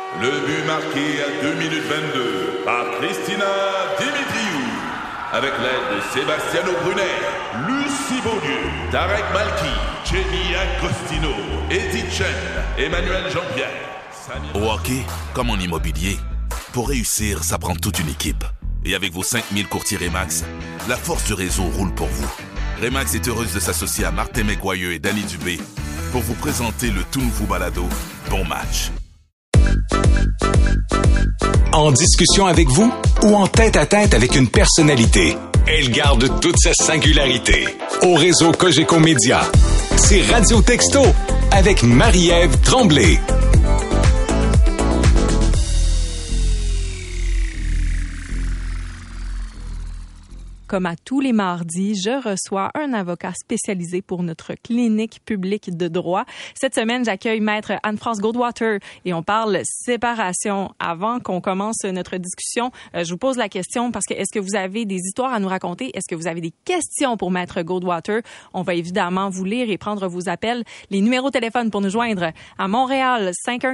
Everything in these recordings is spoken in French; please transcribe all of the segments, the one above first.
Le but marqué à 2 minutes 22 par Christina Dimitriou. Avec l'aide de Sebastiano Brunet, Lucie Beaulieu, Tarek Malki, Jenny Agostino, Edith Chen, Emmanuel Jean-Pierre. Au hockey, comme en immobilier, pour réussir, ça prend toute une équipe. Et avec vos 5000 courtiers Remax, la force du réseau roule pour vous. Remax est heureuse de s'associer à Martin McGuire et Danny Dubé pour vous présenter le tout nouveau balado Bon Match. En discussion avec vous ou en tête-à-tête avec une personnalité, elle garde toute sa singularité. Au réseau Cogeco Média, c'est Radio Texto avec Marie-Ève Tremblay. Comme à tous les mardis, je reçois un avocat spécialisé pour notre clinique publique de droit. Cette semaine, j'accueille Maître Anne-France Goldwater et on parle séparation. Avant qu'on commence notre discussion, je vous pose la question parce que est-ce que vous avez des histoires à nous raconter? Est-ce que vous avez des questions pour Maître Goldwater? On va évidemment vous lire et prendre vos appels. Les numéros de téléphone pour nous joindre à Montréal,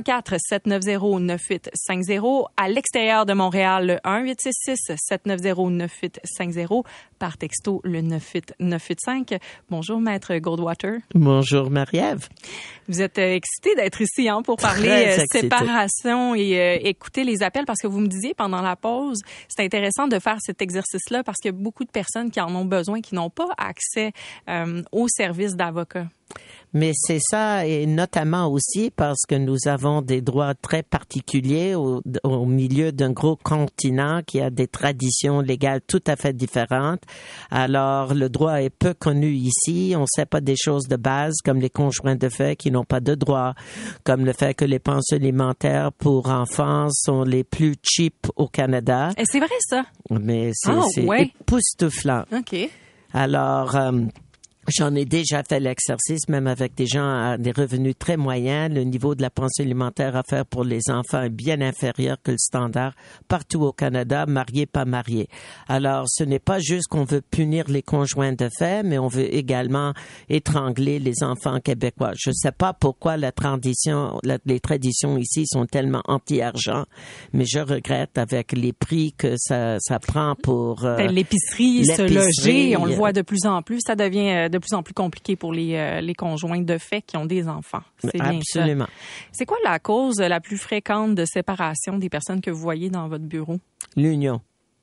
514-790-9850. À l'extérieur de Montréal, le 1-866-790-9850. Par texto, le 98985. Bonjour, Maître Goldwater. Bonjour, Marie-Ève. Vous êtes excitée d'être ici pour parler séparation et écouter les appels parce que vous me disiez pendant la pause, c'est intéressant de faire cet exercice-là parce qu'il y a beaucoup de personnes qui en ont besoin, qui n'ont pas accès aux services d'avocat. Mais c'est ça, et notamment aussi parce que nous avons des droits très particuliers au milieu d'un gros continent qui a des traditions légales tout à fait différentes. Alors, le droit est peu connu ici. On ne sait pas des choses de base comme les conjoints de fait qui n'ont pas de droit, comme le fait que les pensions alimentaires pour enfants sont les plus cheap au Canada. Et c'est vrai, ça? Mais c'est époustouflant. OK. Alors... j'en ai déjà fait l'exercice, même avec des gens à des revenus très moyens. Le niveau de la pension alimentaire offerte pour les enfants est bien inférieur que le standard partout au Canada, mariés, pas mariés. Alors, ce n'est pas juste qu'on veut punir les conjoints de fait, mais on veut également étrangler les enfants québécois. Je ne sais pas pourquoi les traditions ici sont tellement anti-argent, mais je regrette avec les prix que ça prend pour... l'épicerie, se loger, on le voit de plus en plus, ça devient de plus en plus compliqué pour les conjoints de fait qui ont des enfants. C'est bien absolument. Ça. C'est quoi la cause la plus fréquente de séparation des personnes que vous voyez dans votre bureau? L'union.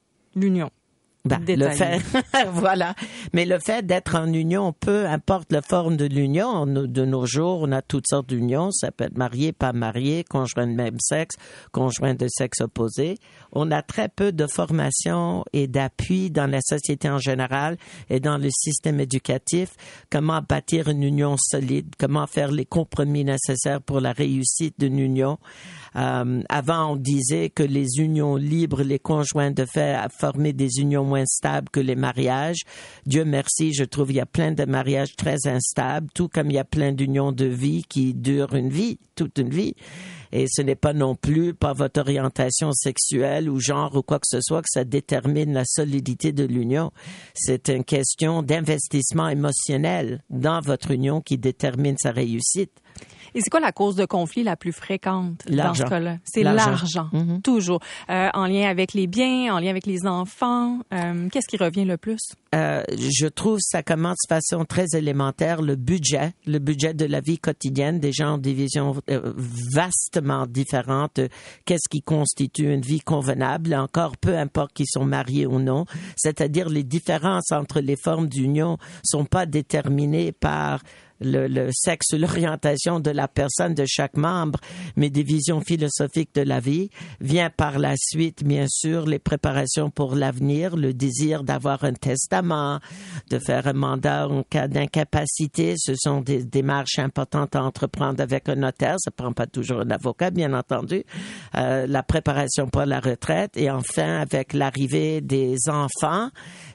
Le fait, voilà. Mais le fait d'être en union, peu importe la forme de l'union, de nos jours, on a toutes sortes d'unions. Ça peut être marié, pas marié, conjoint de même sexe, conjoint de sexe opposé. On a très peu de formation et d'appui dans la société en général et dans le système éducatif. Comment bâtir une union solide, comment faire les compromis nécessaires pour la réussite d'une union. Avant, on disait que les unions libres, les conjoints de fait, formaient des unions moins stables que les mariages. Dieu merci, je trouve il y a plein de mariages très instables, tout comme il y a plein d'unions de vie qui durent toute une vie. Et ce n'est pas non plus par votre orientation sexuelle ou genre ou quoi que ce soit que ça détermine la solidité de l'union. C'est une question d'investissement émotionnel dans votre union qui détermine sa réussite. Et c'est quoi la cause de conflit la plus fréquente dans ce cas-là? C'est l'argent. Mm-hmm. Toujours. En lien avec les biens, en lien avec les enfants. Qu'est-ce qui revient le plus? Je trouve que ça commence de façon très élémentaire. Le budget de la vie quotidienne. Des gens ont des visions vastement différentes. Qu'est-ce qui constitue une vie convenable? Encore, peu importe qu'ils sont mariés ou non. C'est-à-dire les différences entre les formes d'union sont pas déterminées par le sexe, l'orientation de la personne, de chaque membre, mais des visions philosophiques de la vie. Vient par la suite, bien sûr, les préparations pour l'avenir, le désir d'avoir un testament, de faire un mandat en cas d'incapacité. Ce sont des démarches importantes à entreprendre avec un notaire. Ça prend pas toujours un avocat, bien entendu. La préparation pour la retraite et enfin, avec l'arrivée des enfants,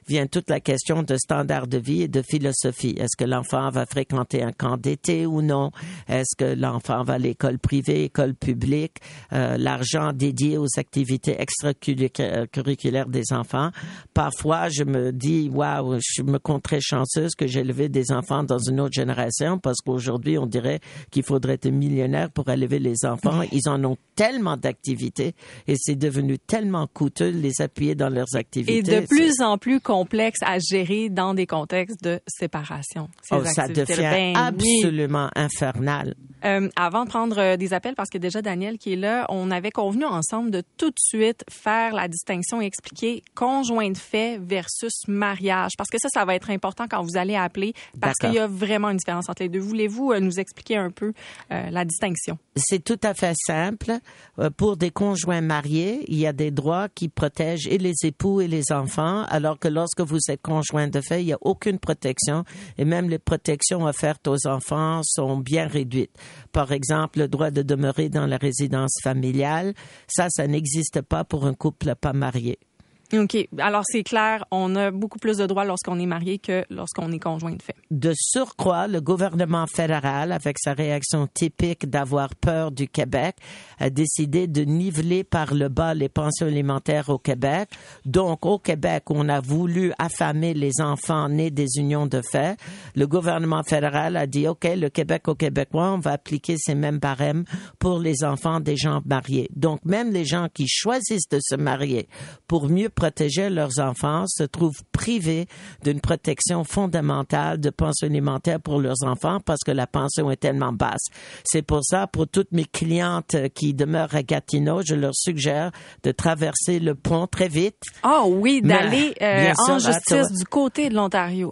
vient toute la question de standard de vie et de philosophie. Est-ce que l'enfant va fréquenter un camp d'été ou non? Est-ce que l'enfant va à l'école privée, école publique? L'argent dédié aux activités extracurriculaires des enfants. Parfois, je me dis, waouh, je me compte très chanceuse que j'ai élevé des enfants dans une autre génération parce qu'aujourd'hui, on dirait qu'il faudrait être millionnaire pour élever les enfants. Ils en ont tellement d'activités et c'est devenu tellement coûteux de les appuyer dans leurs activités. Et de plus en plus complexe à gérer dans des contextes de séparation. Ça devient absolument infernal. Avant de prendre des appels, parce que déjà Daniel qui est là, on avait convenu ensemble de tout de suite faire la distinction et expliquer conjoint de fait versus mariage. Parce que ça va être important quand vous allez appeler, parce qu'il y a vraiment une différence entre les deux. Voulez-vous nous expliquer un peu la distinction? C'est tout à fait simple. Pour des conjoints mariés, il y a des droits qui protègent et les époux et les enfants, alors que lorsque vous êtes conjoint de fait, il n'y a aucune protection et même les protections offertes aux enfants sont bien réduites. Par exemple, le droit de demeurer dans la résidence familiale, ça n'existe pas pour un couple pas marié. OK. Alors, c'est clair, on a beaucoup plus de droits lorsqu'on est marié que lorsqu'on est conjoint de fait. De surcroît, le gouvernement fédéral, avec sa réaction typique d'avoir peur du Québec, a décidé de niveler par le bas les pensions alimentaires au Québec. Donc, au Québec, on a voulu affamer les enfants nés des unions de fait. Le gouvernement fédéral a dit, OK, le Québec aux Québécois, on va appliquer ces mêmes barèmes pour les enfants des gens mariés. Donc, même les gens qui choisissent de se marier pour mieux protéger leurs enfants se trouvent privés d'une protection fondamentale de pension alimentaire pour leurs enfants parce que la pension est tellement basse. C'est pour ça, pour toutes mes clientes qui demeurent à Gatineau, je leur suggère de traverser le pont très vite. Ah oui, d'aller en justice du côté de l'Ontario.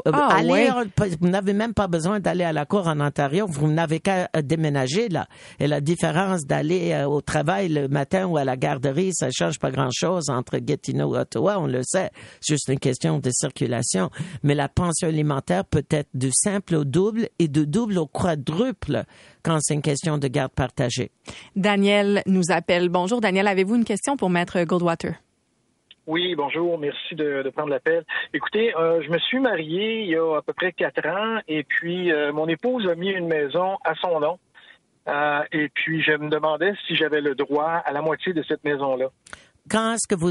Vous n'avez même pas besoin d'aller à la cour en Ontario, vous n'avez qu'à déménager là. Et la différence d'aller au travail le matin ou à la garderie, ça change pas grand-chose entre Gatineau et Ottawa, on le sait, c'est juste une question de circulation. Mais la pension alimentaire peut être du simple au double et du double au quadruple quand c'est une question de garde partagée. Daniel nous appelle. Bonjour Daniel, avez-vous une question pour Maître Goldwater? Oui, bonjour, merci de prendre l'appel. Écoutez, je me suis marié il y a à peu près 4 ans et puis mon épouse a mis une maison à son nom. Et puis je me demandais si j'avais le droit à la moitié de cette maison-là. Quand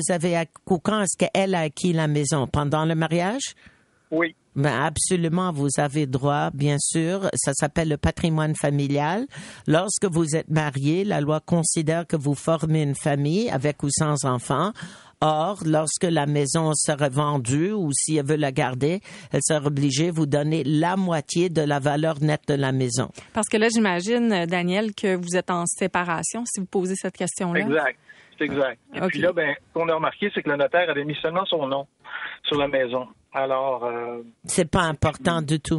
est-ce qu'elle a acquis la maison? Pendant le mariage? Oui. Ben absolument, vous avez droit, bien sûr. Ça s'appelle le patrimoine familial. Lorsque vous êtes marié, la loi considère que vous formez une famille avec ou sans enfants. Or, lorsque la maison sera vendue ou si elle veut la garder, elle sera obligée de vous donner la moitié de la valeur nette de la maison. Parce que là, j'imagine, Daniel, que vous êtes en séparation si vous posez cette question-là. Exact. C'est exact. Et puis là, ce qu'on a remarqué, c'est que le notaire avait mis seulement son nom sur la maison. Alors... c'est pas important du tout.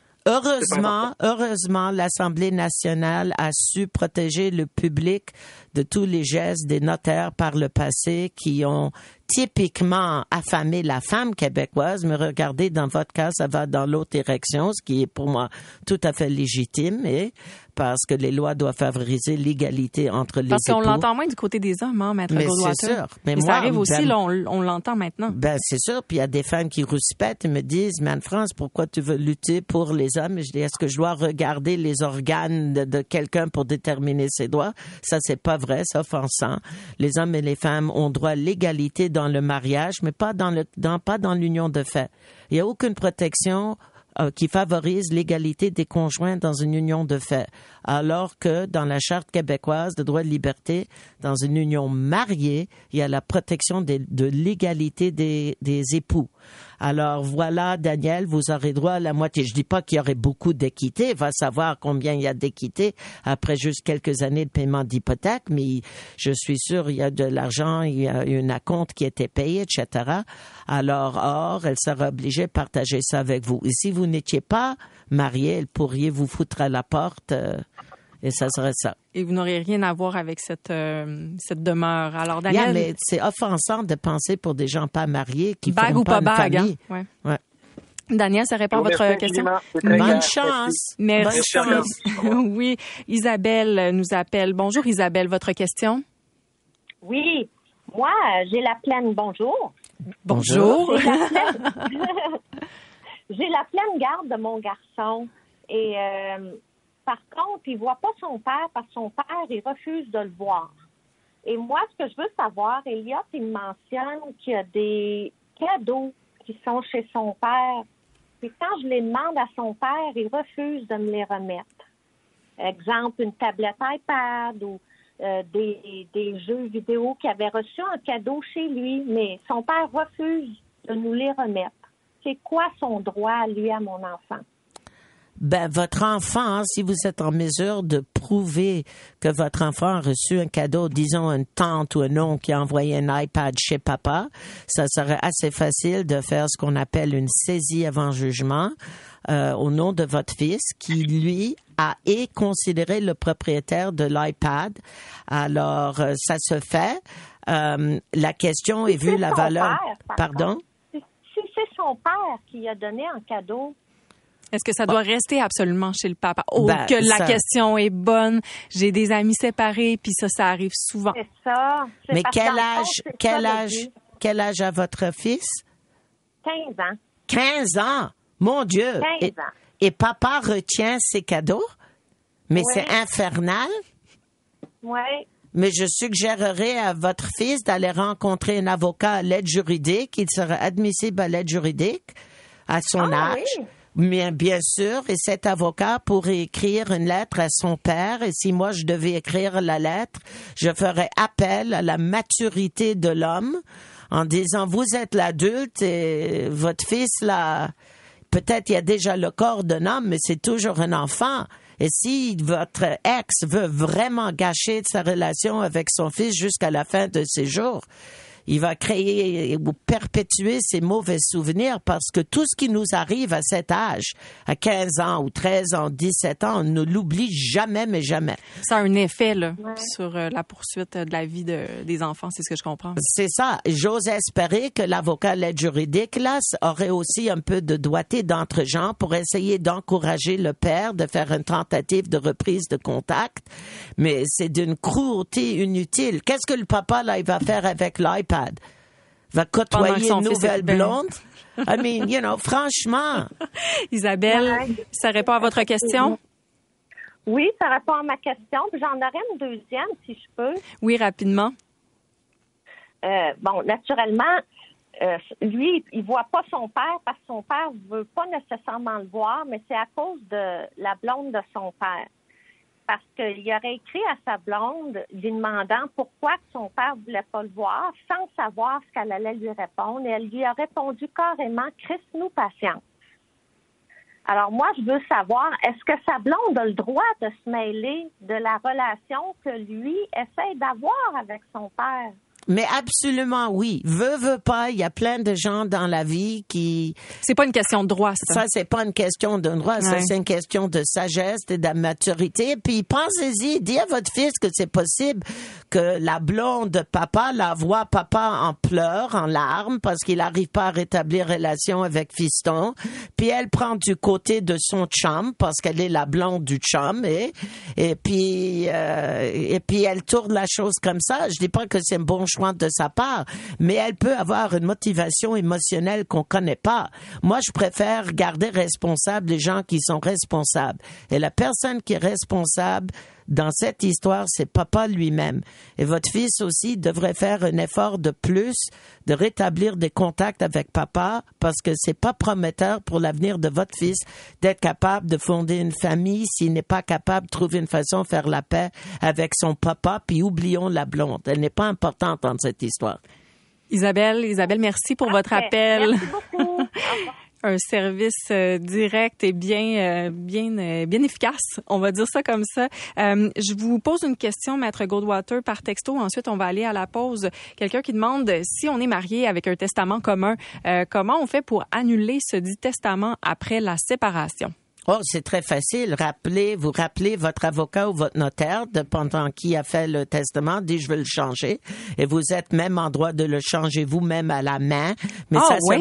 Heureusement, l'Assemblée nationale a su protéger le public de tous les gestes des notaires par le passé qui ont typiquement affamé la femme québécoise, mais regardez, dans votre cas, ça va dans l'autre direction, ce qui est pour moi tout à fait légitime, parce que les lois doivent favoriser l'égalité entre les époux. Parce qu'on l'entend moins du côté des hommes, hein, Maître Goldwater. C'est sûr. Mais moi, ça arrive aussi, là, on l'entend maintenant. Ben, c'est sûr. Puis il y a des femmes qui rouspètent et me disent, mais Anne-France, pourquoi tu veux lutter pour les hommes? Et je dis, est-ce que je dois regarder les organes de quelqu'un pour déterminer ses droits? Ça, c'est pas vrai, c'est offensant. Les hommes et les femmes ont droit à l'égalité dans le mariage, mais pas dans l'union de fait. Il n'y a aucune protection qui favorise l'égalité des conjoints dans une union de fait, alors que dans la Charte québécoise de droits de liberté, dans une union mariée, il y a la protection de l'égalité des époux. Alors voilà, Daniel, vous aurez droit à la moitié. Je dis pas qu'il y aurait beaucoup d'équité, va savoir combien il y a d'équité après juste quelques années de paiement d'hypothèque, mais je suis sûr il y a de l'argent, il y a une acompte qui a été payée, etc. Alors, elle sera obligée de partager ça avec vous. Et si vous n'étiez pas marié, elle pourrait vous foutre à la porte. Et ça serait ça. Et vous n'aurez rien à voir avec cette demeure. Alors, Daniel... mais c'est offensant de penser pour des gens pas mariés qui bague forment ou pas pas une bague, famille. Hein? Ouais. Daniel, ça répond à votre question? Bonne chance. Merci. Oui, Isabelle nous appelle. Bonjour Isabelle, votre question? Oui, Moi, j'ai la pleine... Bonjour. Bonjour. J'ai la pleine garde de mon garçon. Et par contre, il voit pas son père parce que son père, il refuse de le voir. Et moi, ce que je veux savoir, Elliot, il me mentionne qu'il y a des cadeaux qui sont chez son père. Puis quand je les demande à son père, il refuse de me les remettre. Exemple, une tablette iPad ou des jeux vidéo qu'il avait reçus en cadeau chez lui, mais son père refuse de nous les remettre. C'est quoi son droit, lui, à mon enfant? Ben, votre enfant, si vous êtes en mesure de prouver que votre enfant a reçu un cadeau, disons une tante ou un oncle qui a envoyé un iPad chez papa, ça serait assez facile de faire ce qu'on appelle une saisie avant jugement au nom de votre fils qui, lui, est considéré le propriétaire de l'iPad. Alors, ça se fait. La question est vue la valeur... Pardon? Si c'est son père qui a donné en cadeau... Est-ce que ça doit rester absolument chez le papa? Que la ça... question est bonne. J'ai des amis séparés, puis ça arrive souvent. C'est ça. Mais quel âge a votre fils? 15 ans. 15 ans? Mon Dieu! 15 ans. Et papa retient ses cadeaux? Mais Oui. c'est infernal? Oui. Mais je suggérerais à votre fils d'aller rencontrer un avocat à l'aide juridique. Il serait admissible à l'aide juridique à son âge. Oui. Mais bien sûr, et cet avocat pourrait écrire une lettre à son père, et si moi je devais écrire la lettre, je ferais appel à la maturité de l'homme en disant, vous êtes l'adulte et votre fils, là, peut-être il y a déjà le corps d'un homme, mais c'est toujours un enfant. Et si votre ex veut vraiment gâcher sa relation avec son fils jusqu'à la fin de ses jours, il va créer ou perpétuer ses mauvais souvenirs parce que tout ce qui nous arrive à cet âge, à 15 ans ou 13 ans, 17 ans, on ne l'oublie jamais, mais jamais. Ça a un effet là, sur la poursuite de la vie des enfants, c'est ce que je comprends. C'est ça. J'ose espérer que l'avocat à l'aide juridique là, aurait aussi un peu de doigté d'entre-gens pour essayer d'encourager le père de faire une tentative de reprise de contact. Mais c'est d'une cruauté inutile. Qu'est-ce que le papa, là, il va faire avec l'iPad? Va côtoyer une nouvelle blonde? I mean, franchement. Isabelle, ça répond à votre question? Oui, ça répond à ma question. Puis j'en aurais une deuxième, si je peux. Oui, rapidement. Naturellement, lui, il voit pas son père parce que son père veut pas nécessairement le voir, mais c'est à cause de la blonde de son père. Parce qu'il aurait écrit à sa blonde lui demandant pourquoi son père voulait pas le voir, sans savoir ce qu'elle allait lui répondre. Et elle lui a répondu carrément, Christ-nous patience. Alors moi, je veux savoir, est-ce que sa blonde a le droit de se mêler de la relation que lui essaie d'avoir avec son père? Mais absolument oui. Veut pas, il y a plein de gens dans la vie qui... C'est pas une question de droit, ça. Ça, c'est pas une question de droit, ça, c'est une question de sagesse et de maturité. Puis pensez-y, dites à votre fils que c'est possible que la blonde de papa la voit papa en pleurs, en larmes, parce qu'il n'arrive pas à rétablir relation avec fiston. Puis elle prend du côté de son chum, parce qu'elle est la blonde du chum, et puis elle tourne la chose comme ça. Je dis pas que c'est un bon choix de sa part, mais elle peut avoir une motivation émotionnelle qu'on connaît pas. Moi, je préfère garder responsables les gens qui sont responsables. Et la personne qui est responsable dans cette histoire, c'est papa lui-même. Et votre fils aussi devrait faire un effort de plus de rétablir des contacts avec papa parce que c'est pas prometteur pour l'avenir de votre fils d'être capable de fonder une famille s'il n'est pas capable de trouver une façon de faire la paix avec son papa, puis oublions la blonde. Elle n'est pas importante dans cette histoire. Isabelle, merci pour votre appel. Merci beaucoup. Un service direct et bien efficace. On va dire ça comme ça. Je vous pose une question, Maître Goldwater, par texto. Ensuite, on va aller à la pause. Quelqu'un qui demande si on est marié avec un testament commun, comment on fait pour annuler ce dit testament après la séparation? Oh, c'est très facile. Vous rappelez votre avocat ou votre notaire, pendant qui a fait le testament, dit je veux le changer. Et vous êtes même en droit de le changer vous-même à la main. Mais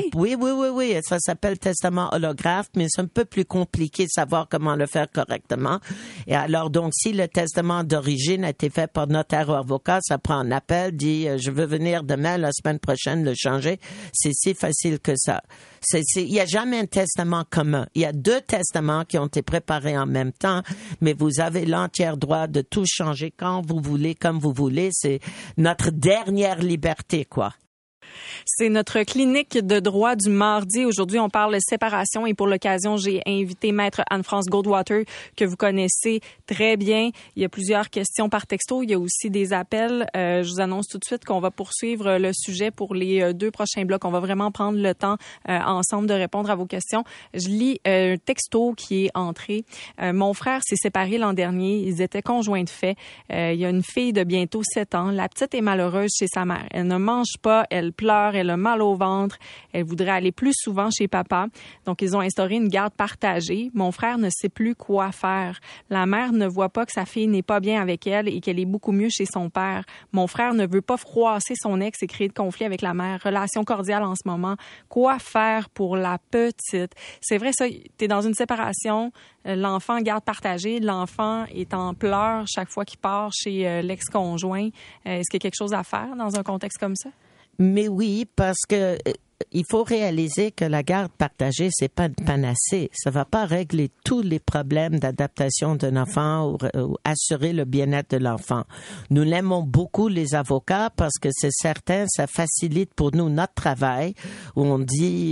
oui. Ça s'appelle testament holographe, mais c'est un peu plus compliqué de savoir comment le faire correctement. Et alors, donc, si le testament d'origine a été fait par notaire ou avocat, ça prend un appel, dit je veux venir demain, la semaine prochaine, le changer. C'est si facile que ça. Il n'y a jamais un testament commun. Il y a 2 testaments qui ont été préparés en même temps, mais vous avez l'entier droit de tout changer quand vous voulez, comme vous voulez. C'est notre dernière liberté, quoi. C'est notre clinique de droit du mardi. Aujourd'hui, on parle séparation et pour l'occasion, j'ai invité Maître Anne-France Goldwater, que vous connaissez très bien. Il y a plusieurs questions par texto. Il y a aussi des appels. Je vous annonce tout de suite qu'on va poursuivre le sujet pour les 2 prochains blocs. On va vraiment prendre le temps ensemble de répondre à vos questions. Je lis un texto qui est entré. Mon frère s'est séparé l'an dernier. Ils étaient conjoints de fait. Il y a une fille de bientôt 7 ans. La petite est malheureuse chez sa mère. Elle ne mange pas, elle pleure, elle a mal au ventre, elle voudrait aller plus souvent chez papa. Donc, ils ont instauré une garde partagée. Mon frère ne sait plus quoi faire. La mère ne voit pas que sa fille n'est pas bien avec elle et qu'elle est beaucoup mieux chez son père. Mon frère ne veut pas froisser son ex et créer de conflit avec la mère. Relation cordiale en ce moment. Quoi faire pour la petite? C'est vrai, ça, t'es dans une séparation, l'enfant garde partagée, l'enfant est en pleurs chaque fois qu'il part chez l'ex-conjoint. Est-ce qu'il y a quelque chose à faire dans un contexte comme ça? Mais oui, parce que il faut réaliser que la garde partagée, c'est pas une panacée. Ça va pas régler tous les problèmes d'adaptation d'un enfant ou assurer le bien-être de l'enfant. Nous l'aimons beaucoup, les avocats, parce que c'est certain, ça facilite pour nous notre travail, où on dit...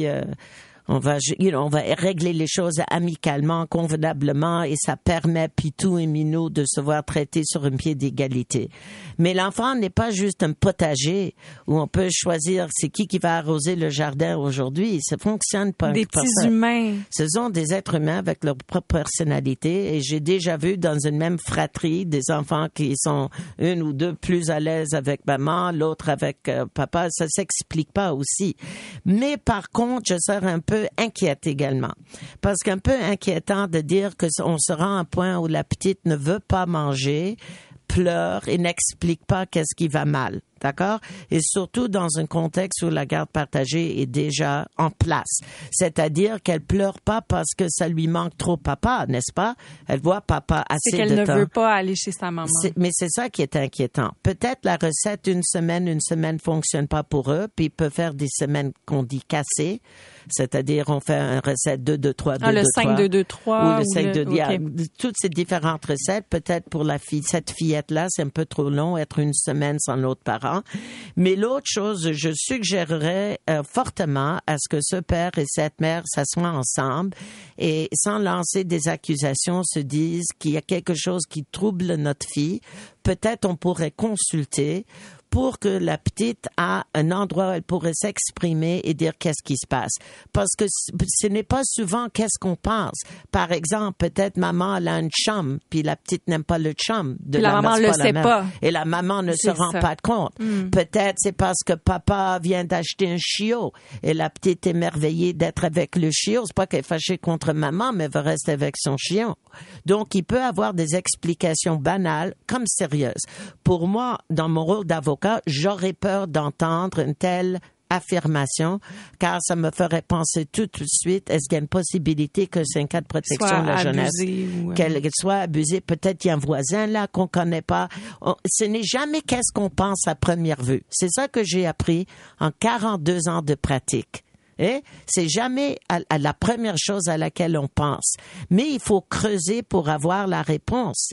On va régler les choses amicalement, convenablement, et ça permet Pitou et Minou de se voir traités sur un pied d'égalité. Mais l'enfant n'est pas juste un potager où on peut choisir c'est qui va arroser le jardin aujourd'hui. Ça fonctionne pas. Des petits humains. Ce sont des êtres humains avec leur propre personnalité, et j'ai déjà vu dans une même fratrie des enfants qui sont 1 ou 2 plus à l'aise avec maman, l'autre avec papa. Ça s'explique pas aussi. Mais par contre, je serais un peu inquiète également. Parce qu'un peu inquiétant de dire que on se rend à un point où la petite ne veut pas manger, pleure et n'explique pas qu'est-ce qui va mal. D'accord? Et surtout dans un contexte où la garde partagée est déjà en place. C'est-à-dire qu'elle pleure pas parce que ça lui manque trop papa, n'est-ce pas? Elle voit papa assez de temps. C'est qu'elle ne veut pas aller chez sa maman. Mais c'est ça qui est inquiétant. Peut-être la recette une semaine fonctionne pas pour eux, puis il peut faire des semaines qu'on dit cassées. C'est-à-dire, on fait une recette 2-2-3, 2-2-3. Le 5-2-2-3. Ou le 5-2-2. Toutes ces différentes recettes, peut-être pour cette fillette-là, c'est un peu trop long, être une semaine sans l'autre parent. Mais l'autre chose, je suggérerais fortement à ce que ce père et cette mère s'assoient ensemble et sans lancer des accusations se disent qu'il y a quelque chose qui trouble notre fille. Peut-être on pourrait consulter pour que la petite a un endroit où elle pourrait s'exprimer et dire qu'est-ce qui se passe. Parce que ce n'est pas souvent qu'est-ce qu'on pense. Par exemple, peut-être maman elle a une chum, puis la petite n'aime pas le chum de la maman le sait pas. Et la maman ne se rend pas compte. Peut-être c'est parce que papa vient d'acheter un chiot et la petite est émerveillée d'être avec le chiot. C'est pas qu'elle est fâchée contre maman, mais elle veut rester avec son chiot. Donc, il peut avoir des explications banales comme sérieuses. Pour moi, dans mon rôle d'avocat, j'aurais peur d'entendre une telle affirmation, car ça me ferait penser tout de suite, est-ce qu'il y a une possibilité que c'est un cas de protection de la jeunesse, qu'elle soit abusée, peut-être qu'il y a un voisin là qu'on connaît pas. Ce n'est jamais qu'est-ce qu'on pense à première vue. C'est ça que j'ai appris en 42 ans de pratique. C'est jamais à la première chose à laquelle on pense. Mais il faut creuser pour avoir la réponse.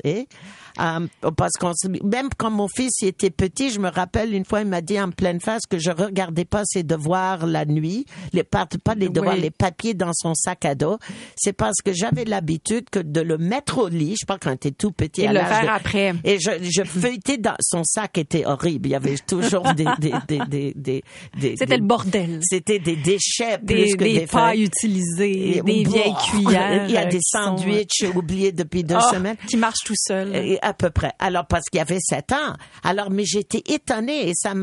Parce même quand mon fils était petit, je me rappelle une fois, il m'a dit en pleine face que je regardais pas ses devoirs la nuit, pas les devoirs, les papiers dans son sac à dos. C'est parce que j'avais l'habitude que de le mettre au lit, je sais pas quand t'es tout petit et à l'âge le faire après. Et je feuilletais dans son sac, était horrible. Il y avait toujours des c'était le bordel. C'était des déchets plus que des pailles utilisées, des vieilles cuillères. Il y a des sandwichs oubliés depuis 2 semaines. Qui marchent tout seuls. À peu près. Alors, parce qu'il y avait 7 ans. Alors, mais j'étais étonnée et ça m'a fait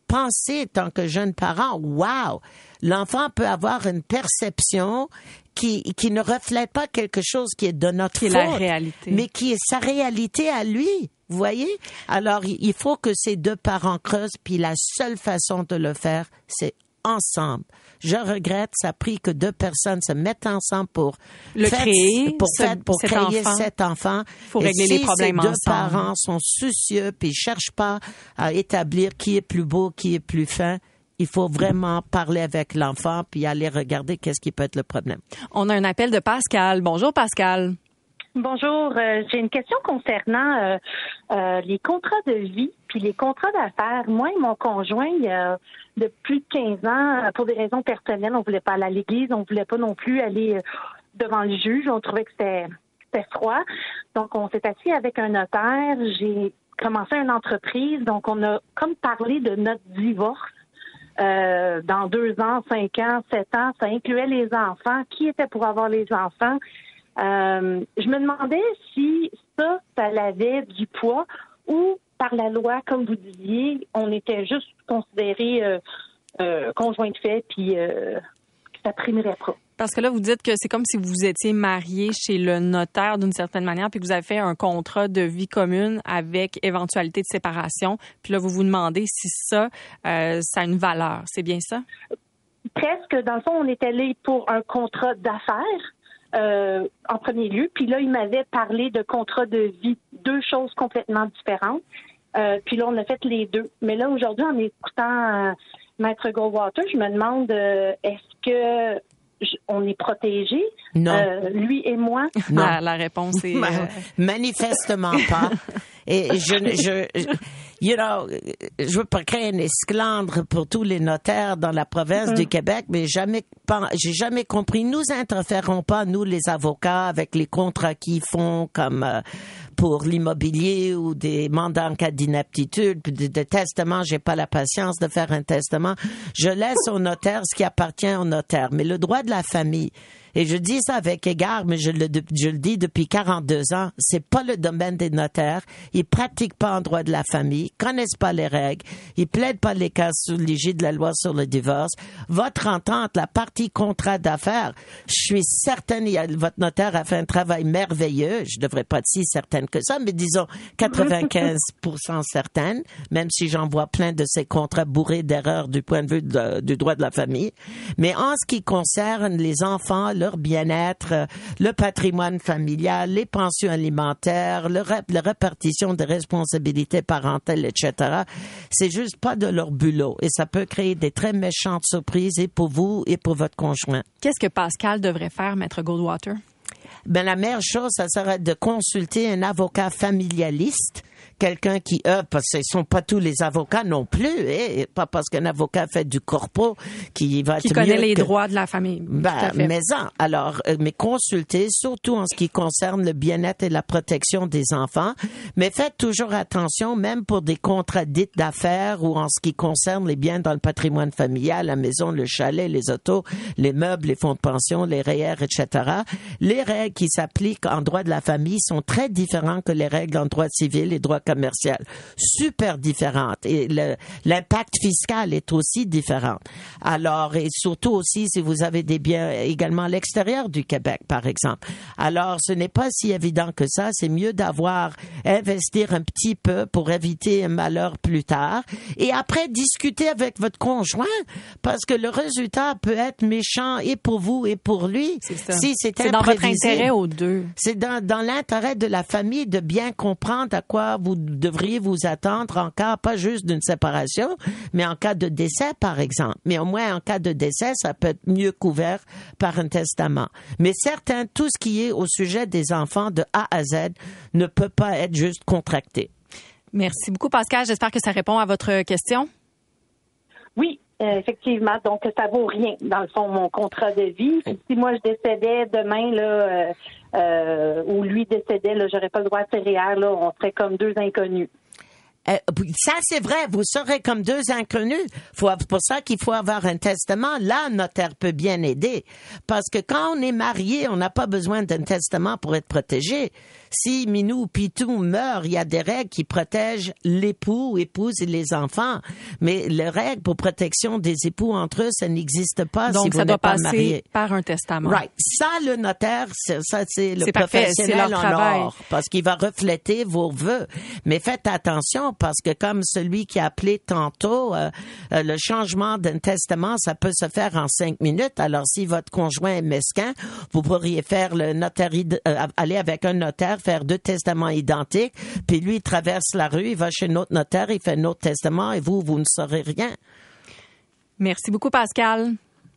penser, tant que jeune parent, wow, l'enfant peut avoir une perception qui ne reflète pas quelque chose qui est de notre faute, la réalité, mais qui est sa réalité à lui. Vous voyez? Alors, il faut que ces deux parents creusent, puis la seule façon de le faire, c'est ensemble. Je regrette, ça a pris que deux personnes se mettent ensemble pour créer cet enfant. Il faut régler les problèmes ensemble. Ces deux parents sont soucieux, puis ils cherchent pas à établir qui est plus beau, qui est plus fin. Il faut vraiment parler avec l'enfant, puis aller regarder qu'est-ce qui peut être le problème. On a un appel de Pascal. Bonjour, Pascal. Bonjour, j'ai une question concernant les contrats de vie puis les contrats d'affaires. Moi et mon conjoint, il y a de plus de 15 ans, pour des raisons personnelles, on voulait pas aller à l'église, on voulait pas non plus aller devant le juge, on trouvait que c'était froid. Donc, on s'est assis avec un notaire, j'ai commencé une entreprise, donc on a comme parlé de notre divorce. Dans 2 ans, 5 ans, 7 ans, ça incluait les enfants, qui était pour avoir les enfants. Je me demandais si ça avait du poids ou par la loi, comme vous disiez, on était juste considéré conjoint de fait puis que ça primerait pas. Parce que là, vous dites que c'est comme si vous étiez marié chez le notaire d'une certaine manière puis que vous avez fait un contrat de vie commune avec éventualité de séparation. Puis là, vous vous demandez si ça a une valeur. C'est bien ça? Presque. Dans le fond, on était allé pour un contrat d'affaires. En premier lieu. Puis là, il m'avait parlé de contrat de vie, 2 choses complètement différentes. Puis là, on a fait les 2. Mais là, aujourd'hui, en écoutant Maître Goldwater, je me demande est-ce que on est protégé, lui et moi? Non. La réponse est... Manifestement pas. Et je veux pas créer un esclandre pour tous les notaires dans la province du Québec, mais j'ai jamais compris. Nous interférons pas, nous les avocats, avec les contrats qu'ils font comme pour l'immobilier ou des mandats en cas d'inaptitude, des testaments. J'ai pas la patience de faire un testament. Je laisse au notaire ce qui appartient au notaire. Mais le droit de la famille, et je dis ça avec égard, mais je le dis depuis 42 ans, c'est pas le domaine des notaires. Ils pratiquent pas en droit de la famille, connaissent pas les règles, ils plaident pas les cas sous l'égide de la loi sur le divorce. Votre entente, la partie contrat d'affaires, je suis certaine, votre notaire a fait un travail merveilleux. Je devrais pas être si certaine que ça, mais disons 95% certaine, même si j'en vois plein de ces contrats bourrés d'erreurs du point de vue du droit de la famille. Mais en ce qui concerne les enfants, leur bien-être, le patrimoine familial, les pensions alimentaires, la répartition des responsabilités parentales, etc. C'est juste pas de leur bulot et ça peut créer des très méchantes surprises et pour vous et pour votre conjoint. Qu'est-ce que Pascal devrait faire, Maître Goldwater? La meilleure chose, ça serait de consulter un avocat familialiste, quelqu'un qui parce que ce sont pas tous les avocats non plus, pas parce qu'un avocat fait du corpo qui connaît les droits de la famille. Mais consultez, surtout en ce qui concerne le bien-être et la protection des enfants, mais faites toujours attention, même pour des contrats dits d'affaires ou en ce qui concerne les biens dans le patrimoine familial, la maison, le chalet, les autos, les meubles, les fonds de pension, les REER, etc. Les règles qui s'appliquent en droit de la famille sont très différentes que les règles en droit civil et droit commercial. Super différentes. Et l'impact fiscal est aussi différent. Alors, et surtout aussi si vous avez des biens également à l'extérieur du Québec, par exemple. Alors, ce n'est pas si évident que ça. C'est mieux investir un petit peu pour éviter un malheur plus tard. Et après, discuter avec votre conjoint, parce que le résultat peut être méchant et pour vous et pour lui. C'est ça. Si c'est dans votre intérêt aux deux. C'est dans l'intérêt de la famille de bien comprendre à quoi vous devriez vous attendre en cas, pas juste d'une séparation, mais en cas de décès, par exemple. Mais au moins, en cas de décès, ça peut être mieux couvert par un testament. Mais certain, tout ce qui est au sujet des enfants de A à Z ne peut pas être juste contracté. Merci beaucoup, Pascal. J'espère que ça répond à votre question. Oui. Effectivement, donc ça vaut rien, dans le fond, mon contrat de vie. Si moi je décédais demain, ou lui décédait, j'aurais pas le droit à CEREER, on serait comme 2 inconnus. Ça, c'est vrai, vous serez comme 2 inconnus. C'est pour ça qu'il faut avoir un testament. Là, un notaire peut bien aider. Parce que quand on est marié, on n'a pas besoin d'un testament pour être protégé. Si Minou ou Pitou meurt, il y a des règles qui protègent l'époux, épouse et les enfants. Mais les règles pour protection des époux entre eux, ça n'existe pas. Donc, si vous ça doit n'êtes pas passer marié. par un testament. Right. Ça, le notaire, c'est le parfait, c'est professionnel leur en travail. or, parce qu'il va refléter vos vœux. Mais faites attention, parce que comme celui qui a appelé tantôt, le changement d'un testament, ça peut se faire en 5 minutes. Alors, si votre conjoint est mesquin, vous pourriez faire le notaire, aller avec un notaire, faire 2 testaments identiques, puis lui, il traverse la rue, il va chez notre notaire, il fait un autre testament, et vous ne saurez rien. Merci beaucoup, Pascal.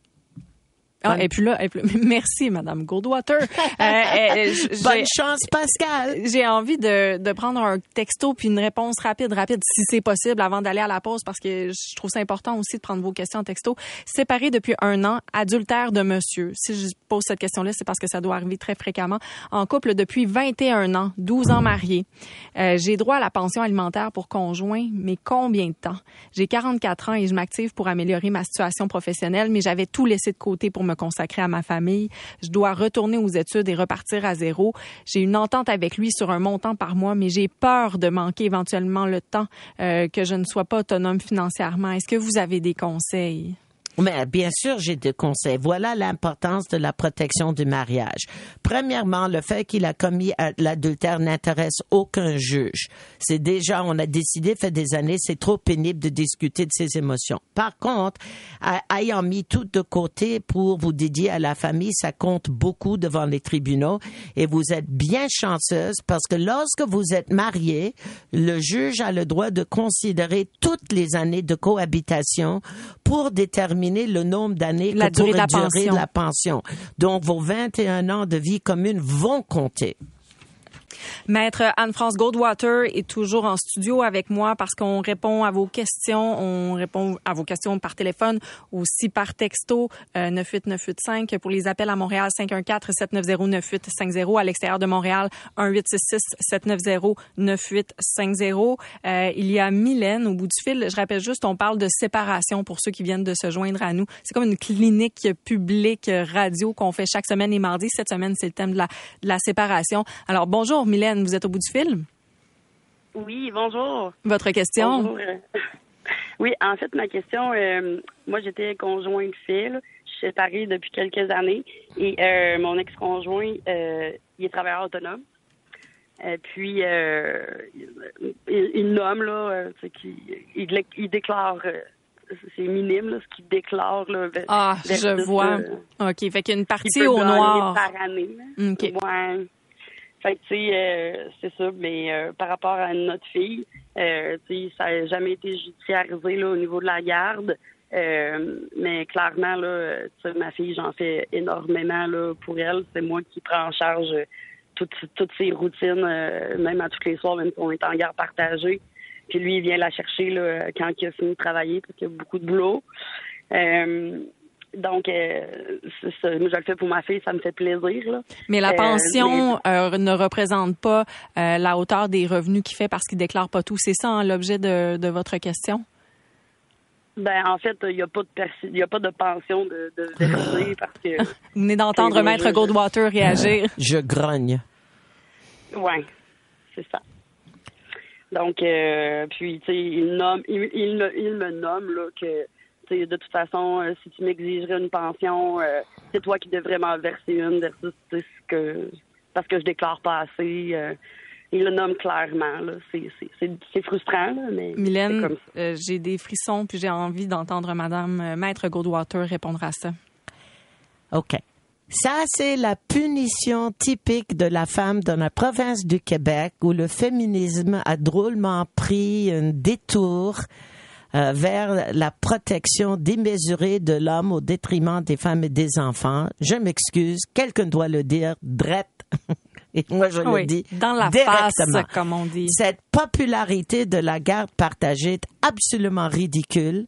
Et puis là, merci, Madame Goldwater. Bonne chance, Pascal. J'ai envie de prendre un texto puis une réponse rapide, si c'est possible, avant d'aller à la pause, parce que je trouve ça important aussi de prendre vos questions en texto. Séparé depuis 1 an, adultère de monsieur. Si je pose cette question-là, c'est parce que ça doit arriver très fréquemment. En couple depuis 21 ans, 12 ans mariés. J'ai droit à la pension alimentaire pour conjoint, mais combien de temps? J'ai 44 ans et je m'active pour améliorer ma situation professionnelle, mais j'avais tout laissé de côté pour me consacrer à ma famille. Je dois retourner aux études et repartir à zéro. J'ai une entente avec lui sur un montant par mois, mais j'ai peur de manquer éventuellement le temps que je ne sois pas autonome financièrement. Est-ce que vous avez des conseils? Mais bien sûr, j'ai des conseils. Voilà l'importance de la protection du mariage. Premièrement, le fait qu'il a commis l'adultère n'intéresse aucun juge. C'est déjà, on a décidé, fait des années, c'est trop pénible de discuter de ses émotions. Par contre, ayant mis tout de côté pour vous dédier à la famille, ça compte beaucoup devant les tribunaux et vous êtes bien chanceuse parce que lorsque vous êtes marié, le juge a le droit de considérer toutes les années de cohabitation pour déterminer le nombre d'années que pourrait durer la pension. Donc, vos 21 ans de vie commune vont compter. Maître Anne-France Goldwater est toujours en studio avec moi parce qu'on répond à vos questions. On répond à vos questions par téléphone, aussi par texto 98985. Pour les appels à Montréal, 514-790-9850. À l'extérieur de Montréal, 1-866-790-9850. Il y a Mylène au bout du fil. Je rappelle juste, on parle de séparation pour ceux qui viennent de se joindre à nous. C'est comme une clinique publique radio qu'on fait chaque semaine et mardi. Cette semaine, c'est le thème de la séparation. Alors, bonjour Mylène, vous êtes au bout du fil? Oui, bonjour. Votre question? Bonjour. Oui, en fait, ma question, moi, j'étais conjointe fille. Je suis séparée depuis quelques années. Et mon ex-conjoint, il est travailleur autonome. Puis, il nomme, là, il déclare... c'est minime, là, ce qu'il déclare. Là, je vois. OK, fait qu'il y a une partie au noir. Par année. OK. Ouais. Fait que, tu sais, c'est ça, mais par rapport à notre fille, tu sais, ça n'a jamais été judiciarisé, là, au niveau de la garde. Mais clairement, là, tu sais, ma fille, j'en fais énormément, là, pour elle. C'est moi qui prends en charge toutes ses routines, même à tous les soirs, même si on est en garde partagée. Puis lui, il vient la chercher, là, quand il a fini de travailler, parce qu'il y a beaucoup de boulot. Donc, c'est ça. Moi, je le fais pour ma fille, ça me fait plaisir, là. Mais la pension ne représente pas la hauteur des revenus qu'il fait parce qu'il déclare pas tout. C'est ça, hein, l'objet de votre question? Ben, en fait, il n'y a pas de pension de verser parce que... Vous venez d'entendre Maître Goldwater réagir. Je grogne. Oui, c'est ça. Donc, puis, tu sais, il me nomme, là, que... De toute façon, si tu m'exigerais une pension, c'est toi qui devrais m'en verser une versus parce que je déclare pas assez. Il le nomme clairement. Là. C'est frustrant, là, mais Mylène, c'est comme ça. J'ai des frissons puis j'ai envie d'entendre Madame Maître Goldwater répondre à ça. OK. Ça, c'est la punition typique de la femme dans la province du Québec où le féminisme a drôlement pris un détour vers la protection démesurée de l'homme au détriment des femmes et des enfants. Je m'excuse, quelqu'un doit le dire, drette. Et moi, je le dis dans la directement. Face, comme on dit. Cette popularité de la garde partagée est absolument ridicule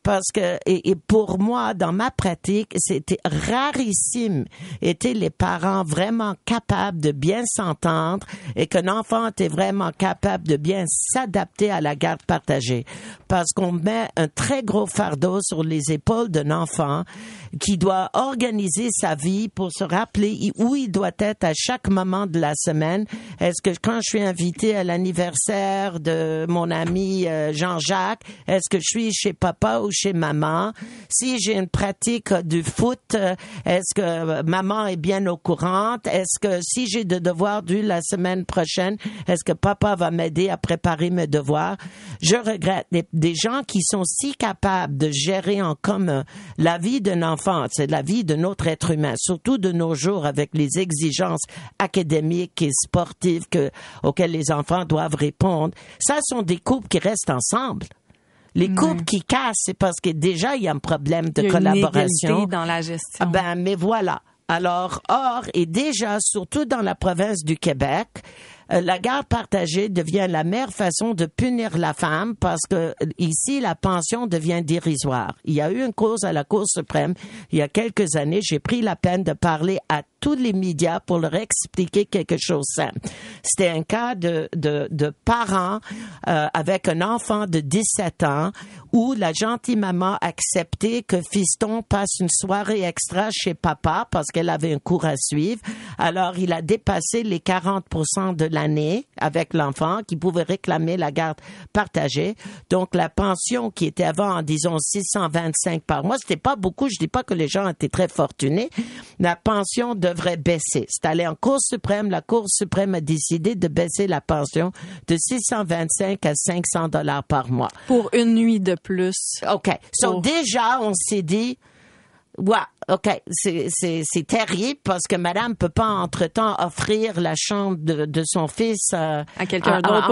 parce que et pour moi, dans ma pratique, c'était rarissime. Étaient les parents vraiment capables de bien s'entendre et qu'un enfant était vraiment capable de bien s'adapter à la garde partagée. Parce qu'on met un très gros fardeau sur les épaules d'un enfant qui doit organiser sa vie pour se rappeler où il doit être à chaque moment de la semaine. Est-ce que quand je suis invité à l'anniversaire de mon ami Jean-Jacques, est-ce que je suis chez papa ou chez maman? Si j'ai une pratique du foot, est-ce que maman est bien au courant? Est-ce que si j'ai des devoirs dus la semaine prochaine, est-ce que papa va m'aider à préparer mes devoirs? Je regrette des gens qui sont si capables de gérer en commun la vie d'un enfant, c'est la vie de notre être humain, surtout de nos jours avec les exigences académiques et sportives auxquelles les enfants doivent répondre. Ça sont des couples qui restent ensemble. Les couples qui cassent, c'est parce que déjà, il y a un problème de collaboration. Une inégalité dans la gestion. Mais voilà. Alors, et déjà, surtout dans la province du Québec, la garde partagée devient la meilleure façon de punir la femme parce que ici, la pension devient dérisoire. Il y a eu une cause à la Cour suprême il y a quelques années. J'ai pris la peine de parler à tous les médias pour leur expliquer quelque chose simple. C'était un cas de parents avec un enfant de 17 ans où la gentille maman acceptait que fiston passe une soirée extra chez papa parce qu'elle avait un cours à suivre. Alors, il a dépassé les 40% de l'année avec l'enfant qui pouvait réclamer la garde partagée. Donc, la pension qui était avant, disons, 625 par mois, c'était pas beaucoup. Je dis pas que les gens étaient très fortunés. La pension devrait baisser. C'est allé en Cour suprême. La Cour suprême a décidé de baisser la pension de 625 à 500 $ par mois. Pour une nuit de plus. OK. Déjà, on s'est dit, ouais, OK, c'est terrible parce que madame peut pas entre-temps offrir la chambre de son fils à quelqu'un d'autre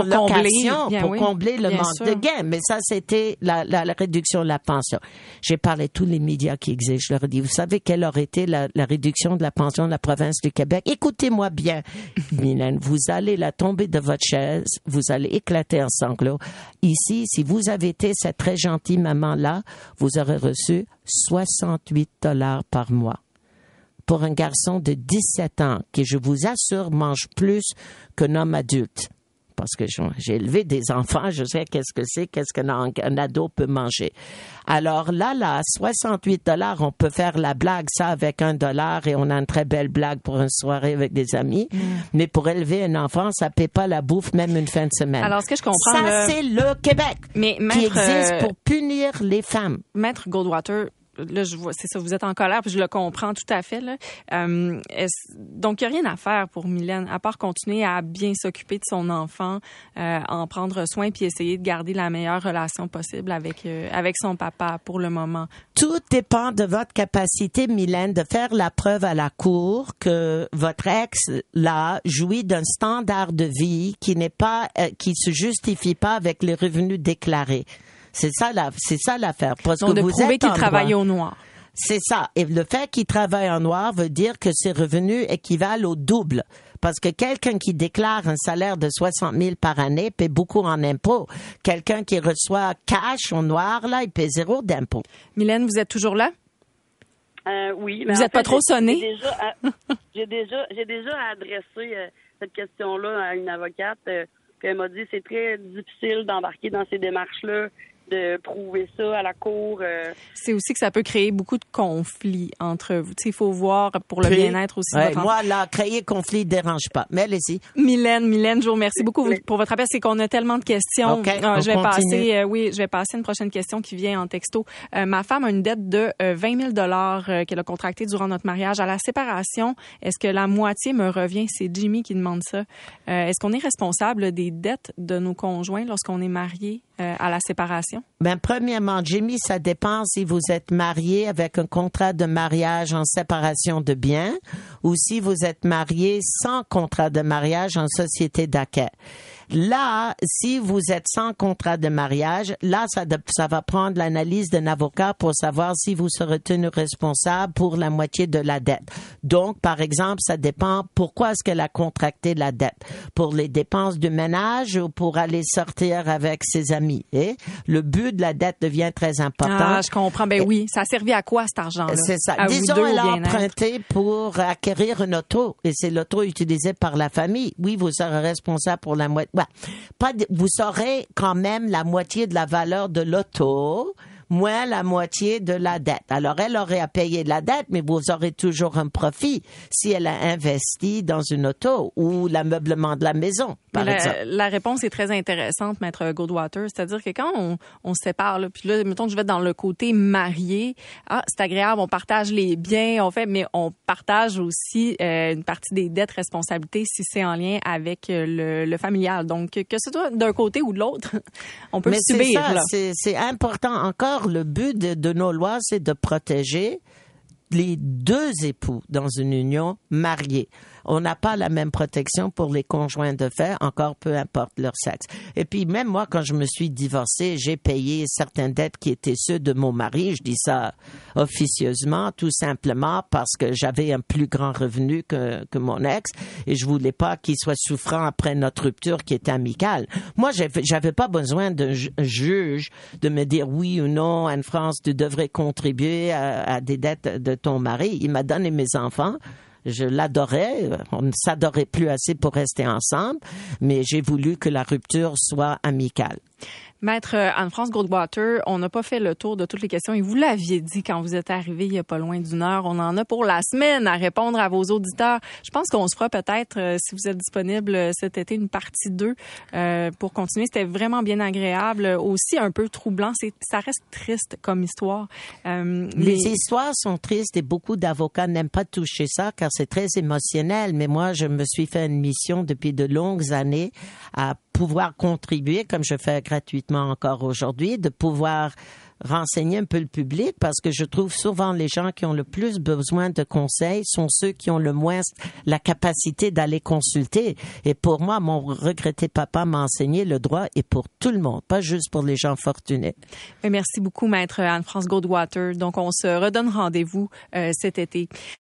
pour combler le manque de gain. Mais ça, c'était la réduction de la pension. J'ai parlé à tous les médias qui exigent. Je leur ai dit, vous savez quelle aurait été la réduction de la pension de la province du Québec? Écoutez-moi bien, Mylène, vous allez la tomber de votre chaise, vous allez éclater en sanglots. Ici, si vous avez été cette très gentille maman-là, vous aurez reçu 68 $ par mois. Pour un garçon de 17 ans, qui, je vous assure, mange plus qu'un homme adulte. Parce que j'ai élevé des enfants, je sais qu'est-ce qu'un ado peut manger. Alors là, 68 $, on peut faire la blague, ça, avec $1 et on a une très belle blague pour une soirée avec des amis. Mais pour élever un enfant, ça paie pas la bouffe, même une fin de semaine. Alors, ce que je comprends, ça, c'est le Québec qui existe pour punir les femmes. Maître Goldwater, là, je vois, c'est ça, vous êtes en colère, puis je le comprends tout à fait, là. Donc, il n'y a rien à faire pour Mylène, à part continuer à bien s'occuper de son enfant, en prendre soin, puis essayer de garder la meilleure relation possible avec son papa pour le moment. Tout dépend de votre capacité, Mylène, de faire la preuve à la cour que votre ex, là, jouit d'un standard de vie qui se justifie pas avec les revenus déclarés. C'est ça l'affaire. Parce donc, que de vous prouver êtes qu'il travaille au noir. C'est ça. Et le fait qu'il travaille en noir veut dire que ses revenus équivalent au double. Parce que quelqu'un qui déclare un salaire de 60 000 par année paie beaucoup en impôts. Quelqu'un qui reçoit cash au noir, là, il paie 0 d'impôts. Mylène, vous êtes toujours là? Oui. Vous n'êtes pas trop sonnée? J'ai déjà adressé cette question-là à une avocate. Puis elle m'a dit c'est très difficile d'embarquer dans ces démarches-là, de prouver ça à la cour. C'est aussi que ça peut créer beaucoup de conflits entre vous. Il faut voir pour le bien-être aussi. Ouais, moi, là, créer conflit ne dérange pas. Mais allez-y. Mylène, je vous remercie beaucoup pour votre appel. C'est qu'on a tellement de questions. Okay, je vais passer une prochaine question qui vient en texto. Ma femme a une dette de 20 000 qu'elle a contractée durant notre mariage. À la séparation, est-ce que la moitié me revient? C'est Jimmy qui demande ça. Est-ce qu'on est responsable des dettes de nos conjoints lorsqu'on est mariés à la séparation? Ben, premièrement, Jimmy, ça dépend si vous êtes marié avec un contrat de mariage en séparation de biens ou si vous êtes marié sans contrat de mariage en société d'acquêt. Là, si vous êtes sans contrat de mariage, là, ça va prendre l'analyse d'un avocat pour savoir si vous serez tenu responsable pour la moitié de la dette. Donc, par exemple, ça dépend pourquoi est-ce qu'elle a contracté la dette. Pour les dépenses du ménage ou pour aller sortir avec ses amis. Et le but de la dette devient très important. Ah, je comprends. Ben oui, ça a servi à quoi cet argent-là? C'est ça. À Disons, elle a emprunté pour acquérir une auto et c'est l'auto utilisée par la famille. Oui, vous serez responsable pour la moitié. Ouais. Vous saurez quand même la moitié de la valeur de l'auto, moins la moitié de la dette. Alors, elle aurait à payer la dette, mais vous aurez toujours un profit si elle a investi dans une auto ou l'ameublement de la maison, par exemple. La réponse est très intéressante, Maître Goldwater. C'est-à-dire que quand on se sépare, là, puis là, mettons que je vais dans le côté marié, c'est agréable, on partage les biens, mais on partage aussi une partie des dettes, responsabilités, si c'est en lien avec le familial. Donc, que ce soit d'un côté ou de l'autre, on peut subir. C'est important encore. Le but de nos lois, c'est de protéger les deux époux dans une union mariée. On n'a pas la même protection pour les conjoints de fait, encore peu importe leur sexe. Et puis même moi, quand je me suis divorcée, j'ai payé certaines dettes qui étaient ceux de mon mari. Je dis ça officieusement, tout simplement parce que j'avais un plus grand revenu que mon ex et je voulais pas qu'il soit souffrant après notre rupture qui était amicale. Moi, j'avais pas besoin d'un juge de me dire oui ou non, Anne-France, tu devrais contribuer à des dettes de ton mari. Il m'a donné mes enfants. Je l'adorais, on ne s'adorait plus assez pour rester ensemble, mais j'ai voulu que la rupture soit amicale. Maître Anne-France Goldwater, on n'a pas fait le tour de toutes les questions et vous l'aviez dit quand vous êtes arrivé il y a pas loin d'une heure. On en a pour la semaine à répondre à vos auditeurs. Je pense qu'on se fera peut-être, si vous êtes disponible cet été, une partie 2 pour continuer. C'était vraiment bien agréable, aussi un peu troublant. Ça reste triste comme histoire. Les histoires sont tristes et beaucoup d'avocats n'aiment pas toucher ça car c'est très émotionnel. Mais moi, je me suis fait une mission depuis de longues années à pouvoir contribuer, comme je fais gratuitement encore aujourd'hui, de pouvoir renseigner un peu le public parce que je trouve souvent les gens qui ont le plus besoin de conseils sont ceux qui ont le moins la capacité d'aller consulter. Et pour moi, mon regretté papa m'a enseigné le droit est pour tout le monde, pas juste pour les gens fortunés. Merci beaucoup, Maître Anne-France Goldwater. Donc, on se redonne rendez-vous cet été.